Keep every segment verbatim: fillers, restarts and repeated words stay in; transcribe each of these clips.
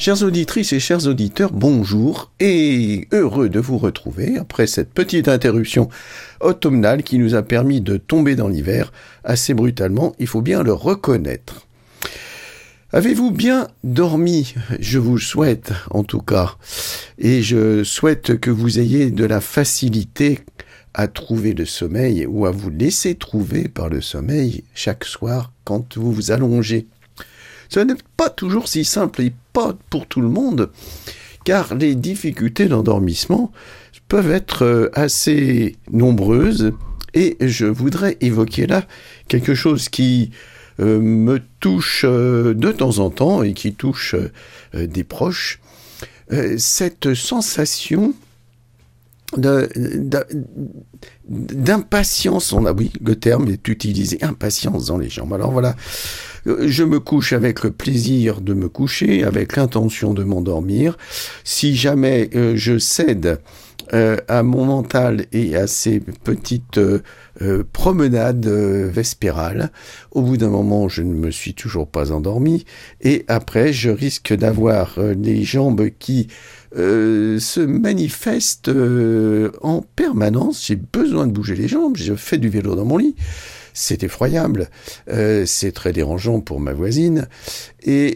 Chères auditrices et chers auditeurs, bonjour et heureux de vous retrouver après cette petite interruption automnale qui nous a permis de tomber dans l'hiver assez brutalement, il faut bien le reconnaître. Avez-vous bien dormi? Je vous le souhaite en tout cas, et je souhaite que vous ayez de la facilité à trouver le sommeil ou à vous laisser trouver par le sommeil chaque soir quand vous vous allongez. Ce n'est pas toujours si simple et pas pour tout le monde, car les difficultés d'endormissement peuvent être assez nombreuses et je voudrais évoquer là quelque chose qui euh, me touche euh, de temps en temps et qui touche euh, des proches, euh, cette sensation de, de, d'impatience, on a, oui, le terme est utilisé, impatience dans les jambes. Alors voilà, je me couche avec le plaisir de me coucher, avec l'intention de m'endormir. Si jamais euh, je cède euh, à mon mental et à ces petites euh, euh, promenades euh, vespérales, au bout d'un moment, je ne me suis toujours pas endormi. Et après, je risque d'avoir euh, les jambes qui Euh, se manifeste euh, en permanence. J'ai besoin de bouger les jambes, je fais du vélo dans mon lit, c'est effroyable, euh, c'est très dérangeant pour ma voisine, et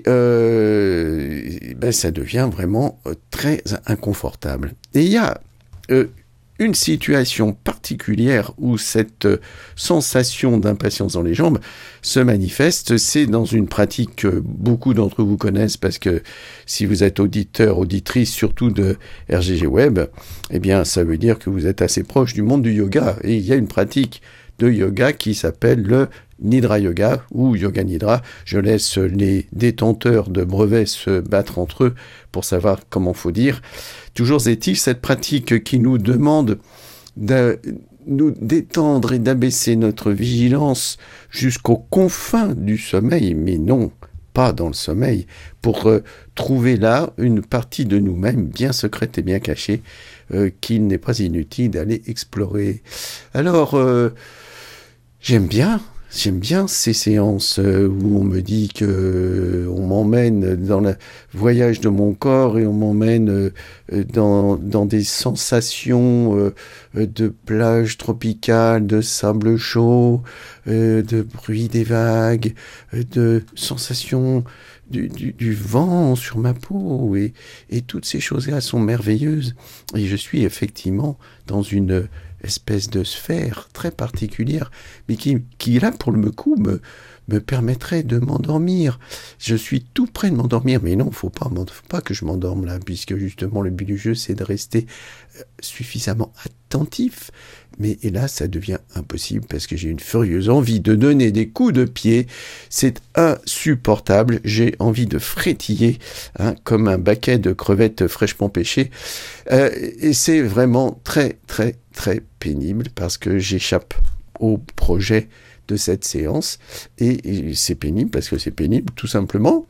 euh, ben, ça devient vraiment euh, très inconfortable. Et il y a euh, une situation particulière où cette euh, sensation d'impatience dans les jambes se manifeste, c'est dans une pratique que beaucoup d'entre vous connaissent parce que si vous êtes auditeur, auditrice, surtout de R G G Web, eh bien ça veut dire que vous êtes assez proche du monde du yoga. Et il y a une pratique de yoga qui s'appelle le Nidra Yoga ou Yoga Nidra. Je laisse les détenteurs de brevets se battre entre eux pour savoir comment faut dire. Toujours est-il, cette pratique qui nous demande de nous détendre et d'abaisser notre vigilance jusqu'aux confins du sommeil, mais non pas dans le sommeil, pour euh, trouver là une partie de nous-mêmes bien secrète et bien cachée euh, qu'il n'est pas inutile d'aller explorer. Alors, euh, j'aime bien J'aime bien ces séances où on me dit que on m'emmène dans le voyage de mon corps et on m'emmène dans, dans des sensations de plage tropicale, de sable chaud, de bruit des vagues, de sensations du, du, du vent sur ma peau. Et, et toutes ces choses-là sont merveilleuses. Et je suis effectivement dans une espèce de sphère très particulière, mais qui, qui là, pour le coup, me, me permettrait de m'endormir. Je suis tout près de m'endormir, mais non, faut pas, faut pas que je m'endorme là, puisque justement, le but du jeu, c'est de rester suffisamment attentif. Mais hélas, ça devient impossible parce que j'ai une furieuse envie de donner des coups de pied. C'est insupportable. J'ai envie de frétiller hein, comme un baquet de crevettes fraîchement pêchées. Euh, et c'est vraiment très, très, très pénible parce que j'échappe au projet de cette séance. Et, et c'est pénible parce que c'est pénible, tout simplement.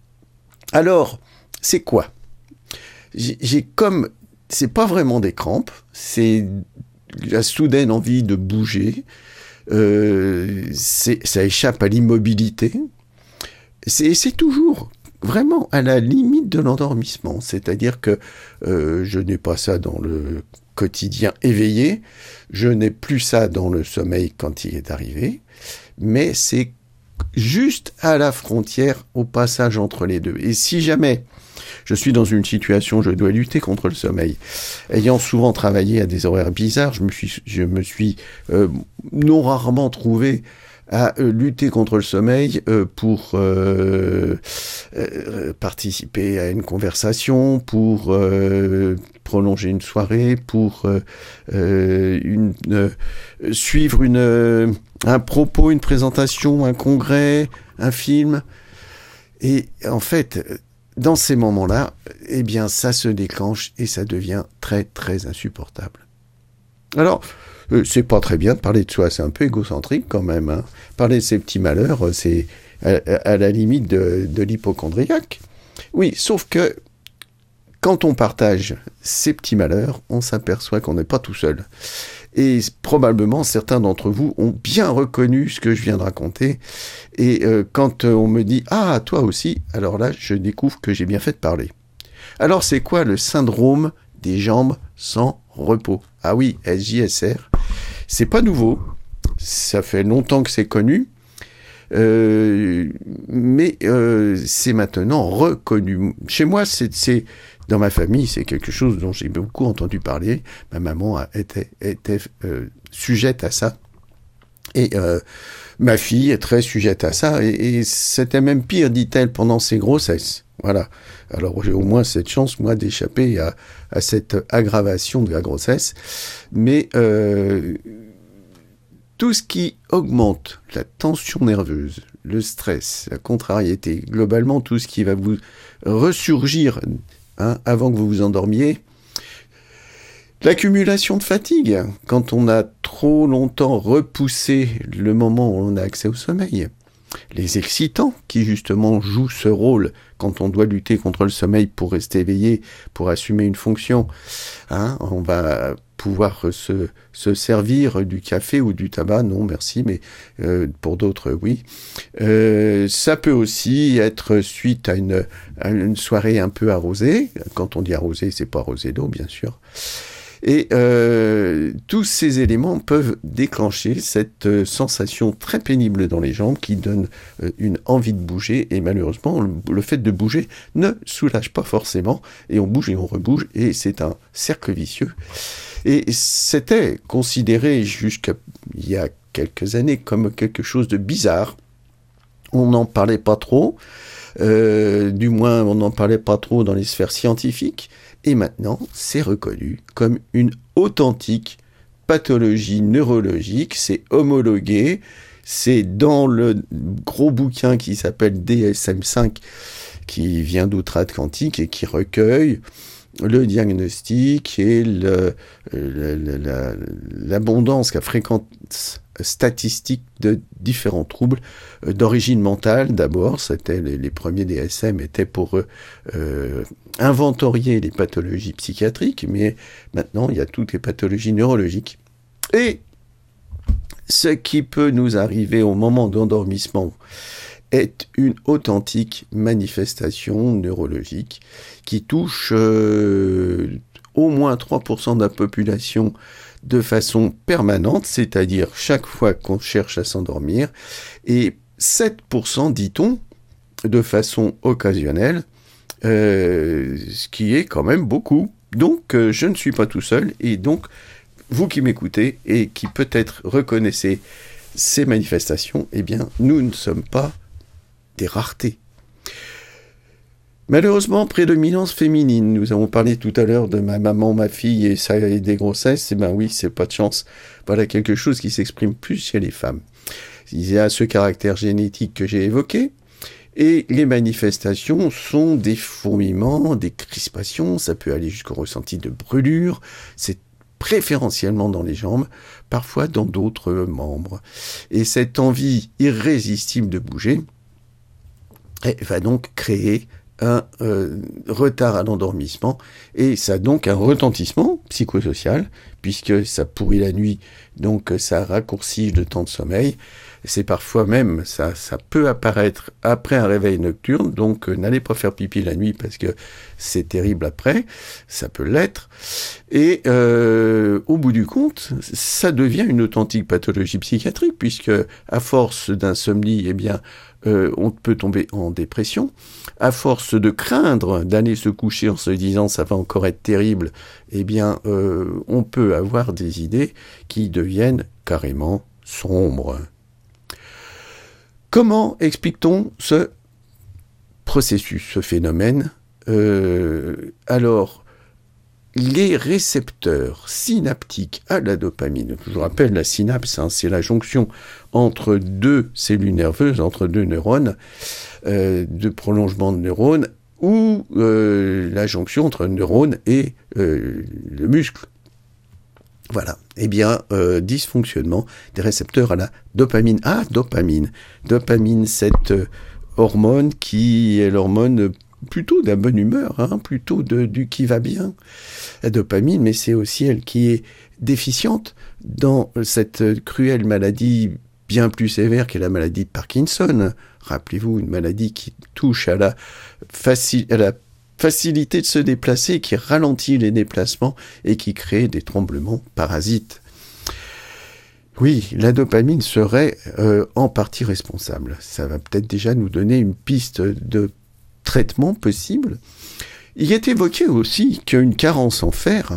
Alors, c'est quoi ? J'ai, j'ai comme... C'est pas vraiment des crampes, c'est la soudaine envie de bouger, euh, c'est, ça échappe à l'immobilité, c'est, c'est toujours vraiment à la limite de l'endormissement, c'est-à-dire que euh, je n'ai pas ça dans le quotidien éveillé, je n'ai plus ça dans le sommeil quand il est arrivé, mais c'est juste à la frontière, au passage entre les deux. Et si jamais je suis dans une situation où je dois lutter contre le sommeil, ayant souvent travaillé à des horaires bizarres, je me suis, je me suis euh, non rarement trouvé à euh, lutter contre le sommeil euh, pour euh, euh, participer à une conversation, pour euh, prolonger une soirée, pour euh, euh, une, euh, suivre une, euh, un propos, une présentation, un congrès, un film. Et en fait, dans ces moments-là, eh bien, ça se déclenche et ça devient très, très insupportable. Alors, euh, c'est pas très bien de parler de soi, c'est un peu égocentrique quand même. Hein. Parler de ses petits malheurs, c'est à, à la limite de, de l'hypochondriaque. Oui, sauf que quand on partage ces petits malheurs, on s'aperçoit qu'on n'est pas tout seul. Et probablement, certains d'entre vous ont bien reconnu ce que je viens de raconter. Et euh, quand euh, on me dit « Ah, toi aussi », alors là, je découvre que j'ai bien fait de parler. Alors, c'est quoi le syndrome des jambes sans repos? Ah oui, S J S R. C'est pas nouveau. Ça fait longtemps que c'est connu. Euh, mais euh, c'est maintenant reconnu. Chez moi, c'est... c'est dans ma famille, c'est quelque chose dont j'ai beaucoup entendu parler. Ma maman a, était, était euh, sujette à ça. Et euh, ma fille est très sujette à ça. Et, et c'était même pire, dit-elle, pendant ses grossesses. Voilà. Alors j'ai au moins cette chance, moi, d'échapper à, à cette aggravation de la grossesse. Mais euh, tout ce qui augmente la tension nerveuse, le stress, la contrariété, globalement tout ce qui va vous ressurgir Hein, avant que vous vous endormiez. L'accumulation de fatigue, quand on a trop longtemps repoussé le moment où on a accès au sommeil. Les excitants, qui justement jouent ce rôle quand on doit lutter contre le sommeil pour rester éveillé, pour assumer une fonction. Hein, on va pouvoir se, se servir du café ou du tabac, non merci, mais euh, pour d'autres, oui. Euh, ça peut aussi être suite à une, à une soirée un peu arrosée. Quand on dit arrosée, c'est pas arrosé d'eau, bien sûr. Et euh, tous ces éléments peuvent déclencher cette euh, sensation très pénible dans les jambes qui donne euh, une envie de bouger. Et malheureusement, le, le fait de bouger ne soulage pas forcément. Et on bouge et on rebouge. Et c'est un cercle vicieux. Et c'était considéré jusqu'à il y a quelques années comme quelque chose de bizarre. On n'en parlait pas trop. Euh, du moins, on n'en parlait pas trop dans les sphères scientifiques. Et maintenant, c'est reconnu comme une authentique pathologie neurologique. C'est homologué. C'est dans le gros bouquin qui s'appelle D S M cinq, qui vient d'outre-Atlantique et qui recueille le diagnostic et le, le, le, la, l'abondance, la fréquence statistique de différents troubles euh, d'origine mentale. D'abord, c'était les, les premiers D S M étaient pour euh, inventorier les pathologies psychiatriques, mais maintenant, il y a toutes les pathologies neurologiques. Et ce qui peut nous arriver au moment d'endormissement est une authentique manifestation neurologique qui touche euh, au moins trois pour cent de la population de façon permanente, c'est-à-dire chaque fois qu'on cherche à s'endormir, et sept pour cent, dit-on, de façon occasionnelle, euh, ce qui est quand même beaucoup. Donc, euh, je ne suis pas tout seul, et donc, vous qui m'écoutez et qui peut-être reconnaissez ces manifestations, eh bien, nous ne sommes pas des raretés. Malheureusement, prédominance féminine. Nous avons parlé tout à l'heure de ma maman, ma fille et ça et des grossesses. Eh ben oui, c'est pas de chance. Voilà quelque chose qui s'exprime plus chez les femmes. Il y a ce caractère génétique que j'ai évoqué. Et les manifestations sont des fourmillements, des crispations. Ça peut aller jusqu'au ressenti de brûlure. C'est préférentiellement dans les jambes, parfois dans d'autres membres. Et cette envie irrésistible de bouger va donc créer un euh, retard à l'endormissement, et ça a donc un retentissement psychosocial, puisque ça pourrit la nuit, donc ça raccourcit le temps de sommeil. C'est parfois même, ça, ça peut apparaître après un réveil nocturne, donc euh, n'allez pas faire pipi la nuit parce que c'est terrible après, ça peut l'être. Et euh, au bout du compte, ça devient une authentique pathologie psychiatrique, puisque à force d'insomnie, eh bien, euh, on peut tomber en dépression. À force de craindre d'aller se coucher en se disant ça va encore être terrible, eh bien, euh, on peut avoir des idées qui deviennent carrément sombres. Comment explique-t-on ce processus, ce phénomène ? euh, Alors, les récepteurs synaptiques à la dopamine, je vous rappelle, la synapse, hein, c'est la jonction entre deux cellules nerveuses, entre deux neurones, euh, de prolongement de neurones, ou euh, la jonction entre un neurone et euh, le muscle. Voilà. Eh bien, euh, dysfonctionnement des récepteurs à la dopamine. Ah, dopamine. Dopamine, cette euh, hormone qui est l'hormone plutôt de la bonne humeur, hein, plutôt de, du qui va bien. La dopamine, mais c'est aussi elle qui est déficiente dans cette cruelle maladie bien plus sévère qu'est la maladie de Parkinson. Rappelez-vous, une maladie qui touche à la, faci- à la facilité de se déplacer, qui ralentit les déplacements et qui crée des tremblements parasites. Oui, la dopamine serait euh, en partie responsable. Ça va peut-être déjà nous donner une piste de traitement possible. Il est évoqué aussi qu'une carence en fer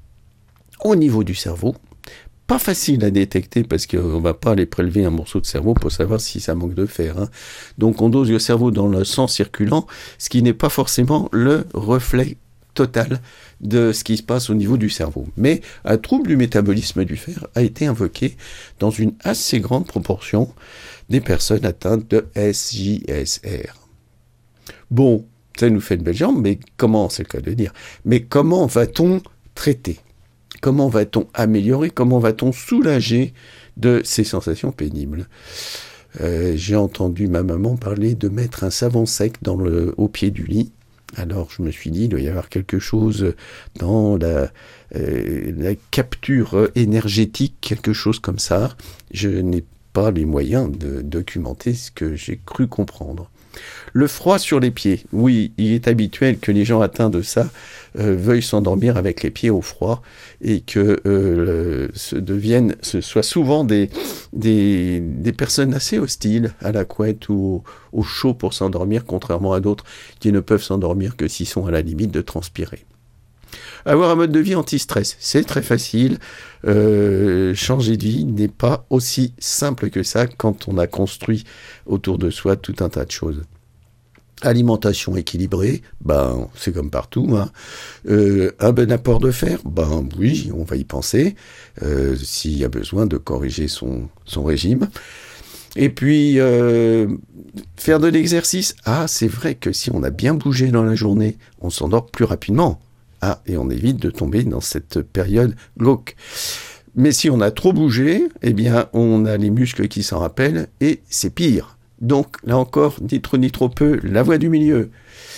au niveau du cerveau, pas facile à détecter parce qu'on ne va pas aller prélever un morceau de cerveau pour savoir si ça manque de fer. Hein. Donc on dose le cerveau dans le sang circulant, ce qui n'est pas forcément le reflet total de ce qui se passe au niveau du cerveau. Mais un trouble du métabolisme du fer a été invoqué dans une assez grande proportion des personnes atteintes de S J S R. Bon, ça nous fait une belle jambe, mais comment, c'est le cas de dire, mais comment va-t-on traiter ? Comment va-t-on améliorer ? Comment va-t-on soulager de ces sensations pénibles ? euh, J'ai entendu ma maman parler de mettre un savon sec dans le, au pied du lit. Alors je me suis dit, il doit y avoir quelque chose dans la, euh, la capture énergétique, quelque chose comme ça. Je n'ai pas les moyens de documenter ce que j'ai cru comprendre. Le froid sur les pieds. Oui, il est habituel que les gens atteints de ça euh, veuillent s'endormir avec les pieds au froid et que euh, le, ce deviennent, ce soient souvent des, des, des personnes assez hostiles à la couette ou au, au chaud pour s'endormir, contrairement à d'autres qui ne peuvent s'endormir que s'ils sont à la limite de transpirer. Avoir un mode de vie anti-stress, c'est très facile. Euh, changer de vie n'est pas aussi simple que ça quand on a construit autour de soi tout un tas de choses. Alimentation équilibrée, ben c'est comme partout. Hein. Euh, un bon apport de fer, ben oui, on va y penser. Euh, s'il y a besoin de corriger son, son régime. Et puis, euh, faire de l'exercice. Ah, c'est vrai que si on a bien bougé dans la journée, on s'endort plus rapidement. Ah, et on évite de tomber dans cette période glauque. Mais si on a trop bougé, eh bien, on a les muscles qui s'en rappellent, et c'est pire. Donc, là encore, ni trop ni trop peu, la voie du milieu.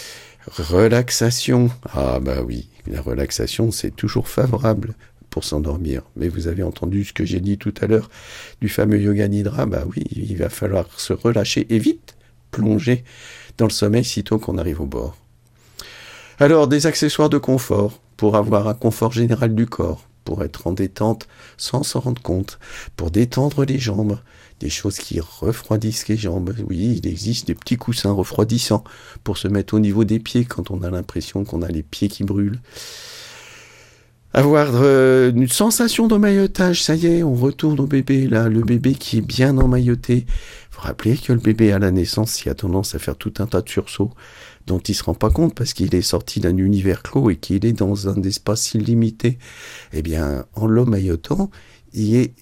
Relaxation. Ah bah oui, la relaxation, c'est toujours favorable pour s'endormir. Mais vous avez entendu ce que j'ai dit tout à l'heure du fameux yoga nidra. Bah oui, il va falloir se relâcher et vite plonger dans le sommeil sitôt qu'on arrive au bord. Alors, des accessoires de confort pour avoir un confort général du corps, pour être en détente sans s'en rendre compte, pour détendre les jambes, des choses qui refroidissent les jambes. Oui, il existe des petits coussins refroidissants pour se mettre au niveau des pieds quand on a l'impression qu'on a les pieds qui brûlent. Avoir euh, une sensation d'emmaillotage, ça y est, on retourne au bébé, là, le bébé qui est bien emmailloté. Faut rappeler que le bébé à la naissance, il a tendance à faire tout un tas de sursauts dont il se rend pas compte parce qu'il est sorti d'un univers clos et qu'il est dans un espace illimité. Eh bien, en l'emmaillotant, il est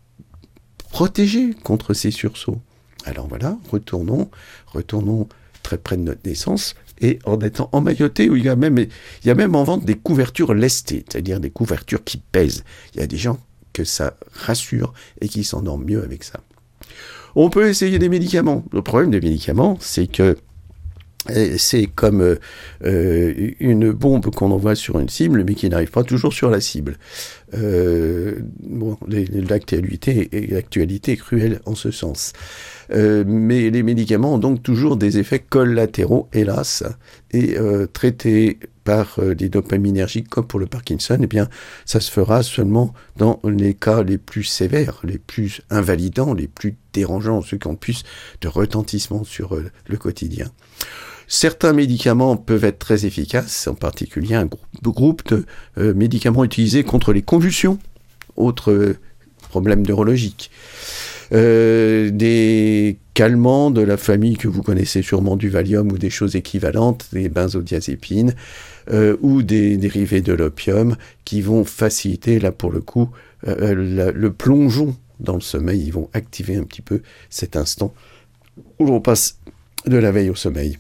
protégé contre ces sursauts. Alors voilà, retournons, retournons très près de notre naissance et en étant emmailloté, où il y a même, il y a même en vente des couvertures lestées, c'est-à-dire des couvertures qui pèsent. Il y a des gens que ça rassure et qui s'endorment mieux avec ça. On peut essayer des médicaments. Le problème des médicaments, c'est que c'est comme euh, une bombe qu'on envoie sur une cible, mais qui n'arrive pas toujours sur la cible. Euh, bon, l'actualité, l'actualité est cruelle en ce sens. Euh, mais les médicaments ont donc toujours des effets collatéraux, hélas, et euh, traités par euh, des dopaminergiques comme pour le Parkinson, eh bien, ça se fera seulement dans les cas les plus sévères, les plus invalidants, les plus dérangeants, ceux qui ont plus de retentissement sur euh, le quotidien. Certains médicaments peuvent être très efficaces, en particulier un groupe de euh, médicaments utilisés contre les convulsions, autres euh, problèmes neurologiques. Euh, des calmants de la famille que vous connaissez sûrement du Valium ou des choses équivalentes, des benzodiazépines, euh, ou des dérivés de l'opium qui vont faciliter, là pour le coup, euh, la, le plongeon dans le sommeil. Ils vont activer un petit peu cet instant où l'on passe de la veille au sommeil.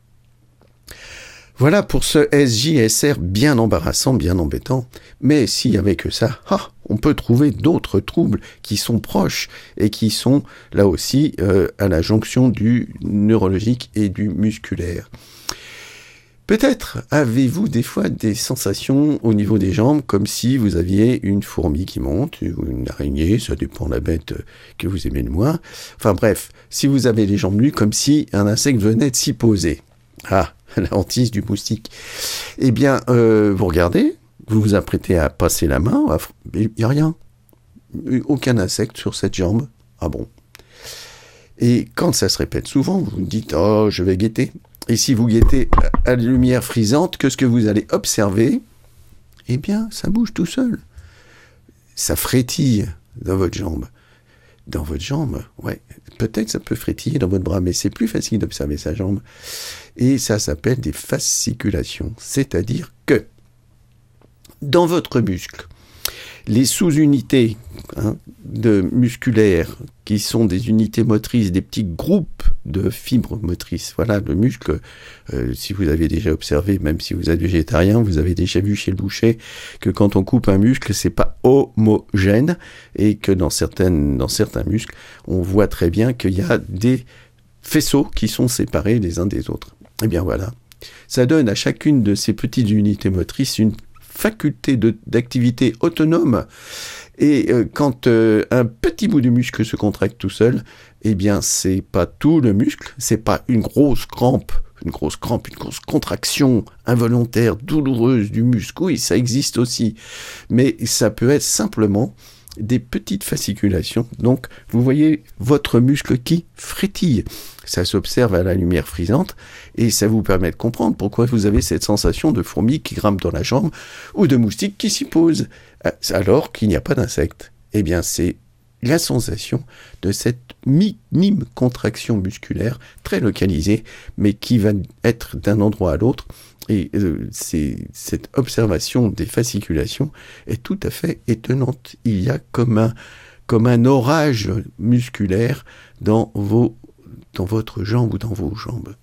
Voilà pour ce S J S R bien embarrassant, bien embêtant. Mais s'il n'y avait que ça, ah, on peut trouver d'autres troubles qui sont proches et qui sont là aussi euh, à la jonction du neurologique et du musculaire. Peut-être avez-vous des fois des sensations au niveau des jambes comme si vous aviez une fourmi qui monte ou une araignée, ça dépend de la bête que vous aimez le moins. Enfin bref, si vous avez les jambes nues comme si un insecte venait de s'y poser. Ah, la hantise du moustique. Eh bien, euh, vous regardez, vous vous apprêtez à passer la main, il n'y a rien. Aucun insecte sur cette jambe. Ah bon. Et quand ça se répète souvent, vous vous dites « Oh, je vais guetter ». Et si vous guettez à la lumière frisante, que ce que vous allez observer, eh bien, ça bouge tout seul. Ça frétille dans votre jambe. Dans votre jambe, ouais. Peut-être ça peut frétiller dans votre bras, mais c'est plus facile d'observer sa jambe. Et ça s'appelle des fasciculations. C'est-à-dire que dans votre muscle, les sous-unités hein, de musculaires, qui sont des unités motrices, des petits groupes de fibres motrices. Voilà, le muscle, euh, si vous avez déjà observé, même si vous êtes végétarien, vous avez déjà vu chez le boucher que quand on coupe un muscle, c'est pas homogène et que dans certaines, dans certains muscles, on voit très bien qu'il y a des faisceaux qui sont séparés les uns des autres. Eh bien voilà, ça donne à chacune de ces petites unités motrices une faculté de, d'activité autonome. Et euh, quand euh, un petit bout de muscle se contracte tout seul, eh bien, c'est pas tout le muscle, c'est pas une grosse crampe, une grosse crampe, une grosse contraction involontaire, douloureuse du muscle. Oui, ça existe aussi. Mais ça peut être simplement des petites fasciculations. Donc, vous voyez votre muscle qui frétille. Ça s'observe à la lumière frisante et ça vous permet de comprendre pourquoi vous avez cette sensation de fourmi qui grimpe dans la jambe ou de moustique qui s'y pose alors qu'il n'y a pas d'insecte. Eh bien, c'est la sensation de cette minime contraction musculaire très localisée mais qui va être d'un endroit à l'autre. Et euh, c'est, cette observation des fasciculations est tout à fait étonnante. Il y a comme un, comme un orage musculaire dans, vos, dans votre jambe ou dans vos jambes.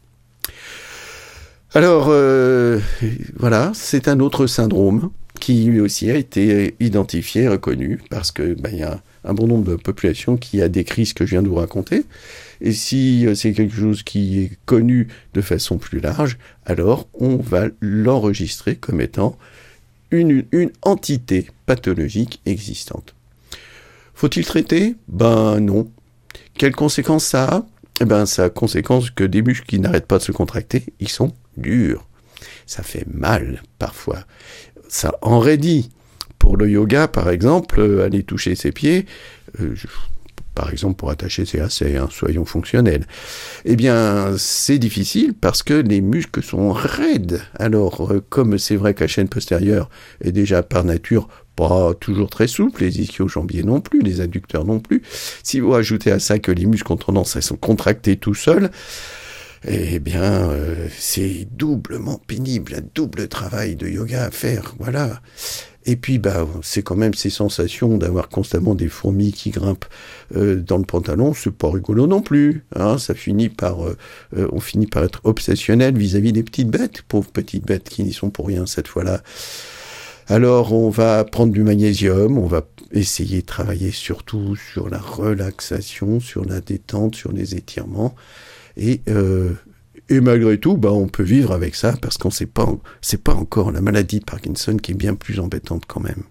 Alors, euh, voilà, c'est un autre syndrome qui lui aussi a été identifié, reconnu, parce que ben, y a un bon nombre de populations qui a décrit ce que je viens de vous raconter. Et si c'est quelque chose qui est connu de façon plus large, alors on va l'enregistrer comme étant une, une entité pathologique existante. Faut-il traiter ? Ben non. Quelles conséquences ça a ? Eh ben ça a conséquence que des muscles qui n'arrêtent pas de se contracter, ils sont durs. Ça fait mal parfois. Ça enraidit. Pour le yoga, par exemple, euh, aller toucher ses pieds, euh, je, par exemple pour attacher ses lacets, hein, soyons fonctionnels, eh bien c'est difficile parce que les muscles sont raides. Alors, euh, comme c'est vrai que la chaîne postérieure est déjà par nature pas toujours très souple, les ischio-jambiers non plus, les adducteurs non plus, si vous ajoutez à ça que les muscles ont tendance à se contracter tout seuls, eh bien, euh, c'est doublement pénible, un double travail de yoga à faire, voilà. Et puis, bah, c'est quand même ces sensations d'avoir constamment des fourmis qui grimpent euh, dans le pantalon, c'est pas rigolo non plus, hein. Ça finit par, euh, euh, on finit par être obsessionnel vis-à-vis des petites bêtes, pauvres petites bêtes qui n'y sont pour rien cette fois-là. Alors, on va prendre du magnésium, on va essayer de travailler surtout sur la relaxation, sur la détente, sur les étirements. Et, euh, et malgré tout, bah, on peut vivre avec ça parce qu'on sait pas, c'est pas encore la maladie de Parkinson qui est bien plus embêtante quand même.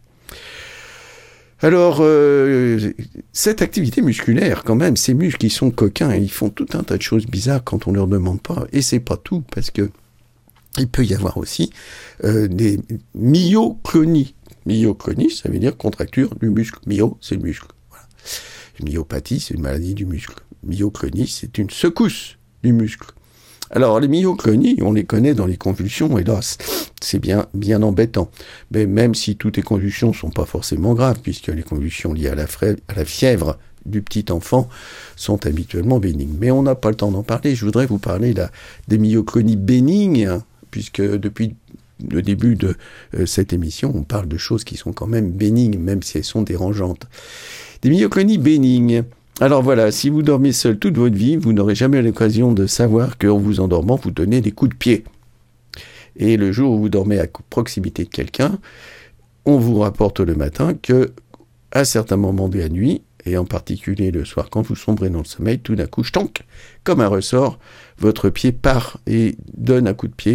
Alors, euh, cette activité musculaire, quand même, ces muscles qui sont coquins, ils font tout un tas de choses bizarres quand on leur demande pas. Et c'est pas tout, parce que il peut y avoir aussi euh, des myoclonies. Myoclonie, ça veut dire contracture du muscle. Myo, c'est le muscle. Voilà. Une myopathie, c'est une maladie du muscle. Myoclonie, c'est une secousse du muscle. Alors, les myoclonies, on les connaît dans les convulsions, hélas. C'est bien, bien embêtant. Mais même si toutes les convulsions ne sont pas forcément graves, puisque les convulsions liées à la, fra- à la fièvre du petit enfant sont habituellement bénignes. Mais on n'a pas le temps d'en parler. Je voudrais vous parler là, des myoclonies bénignes, puisque depuis le début de euh, cette émission, on parle de choses qui sont quand même bénignes, même si elles sont dérangeantes. Des myoclonies bénignes. Alors voilà, si vous dormez seul toute votre vie, vous n'aurez jamais l'occasion de savoir qu'en vous endormant, vous donnez des coups de pied. Et le jour où vous dormez à proximité de quelqu'un, on vous rapporte le matin que, à certains moments de la nuit, et en particulier le soir, quand vous sombrez dans le sommeil, tout d'un coup, chtonk, comme un ressort, votre pied part et donne un coup de pied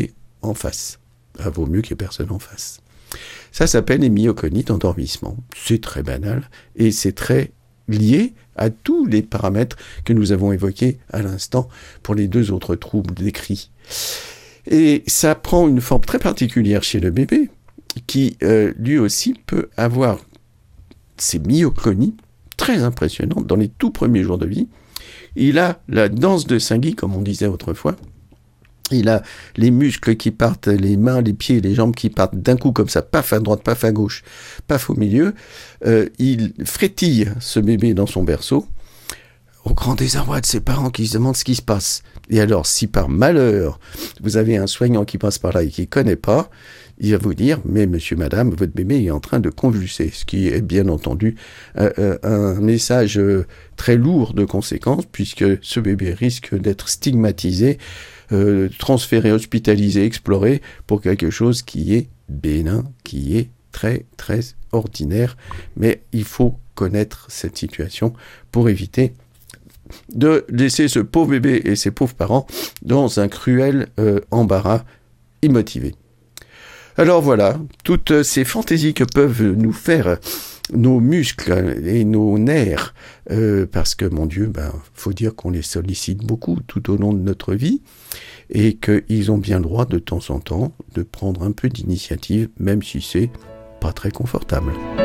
en face. Il vaut mieux qu'il n'y ait personne en face. Ça s'appelle les myoclonies d'endormissement. C'est très banal et c'est très lié à tous les paramètres que nous avons évoqués à l'instant pour les deux autres troubles décrits. Et ça prend une forme très particulière chez le bébé qui, euh, lui aussi, peut avoir ces myoclonies très impressionnantes dans les tout premiers jours de vie. Il a la danse de Saint-Guy, comme on disait autrefois. Il a les muscles qui partent, les mains, les pieds, les jambes qui partent d'un coup comme ça, paf à droite, paf à gauche, paf au milieu. Euh, il frétille ce bébé dans son berceau, au grand désarroi de ses parents qui se demandent ce qui se passe. Et alors, si par malheur, vous avez un soignant qui passe par là et qui ne connaît pas, il va vous dire, mais monsieur, madame, votre bébé est en train de convulser, ce qui est bien entendu euh, un message très lourd de conséquences, puisque ce bébé risque d'être stigmatisé, euh, transféré, hospitalisé, exploré pour quelque chose qui est bénin, qui est très, très ordinaire. Mais il faut connaître cette situation pour éviter de laisser ce pauvre bébé et ses pauvres parents dans un cruel euh, embarras immotivé. Alors voilà, toutes ces fantaisies que peuvent nous faire nos muscles et nos nerfs, euh, parce que, mon Dieu, ben, faut dire qu'on les sollicite beaucoup tout au long de notre vie, et qu'ils ont bien le droit de temps en temps de prendre un peu d'initiative, même si c'est pas très confortable.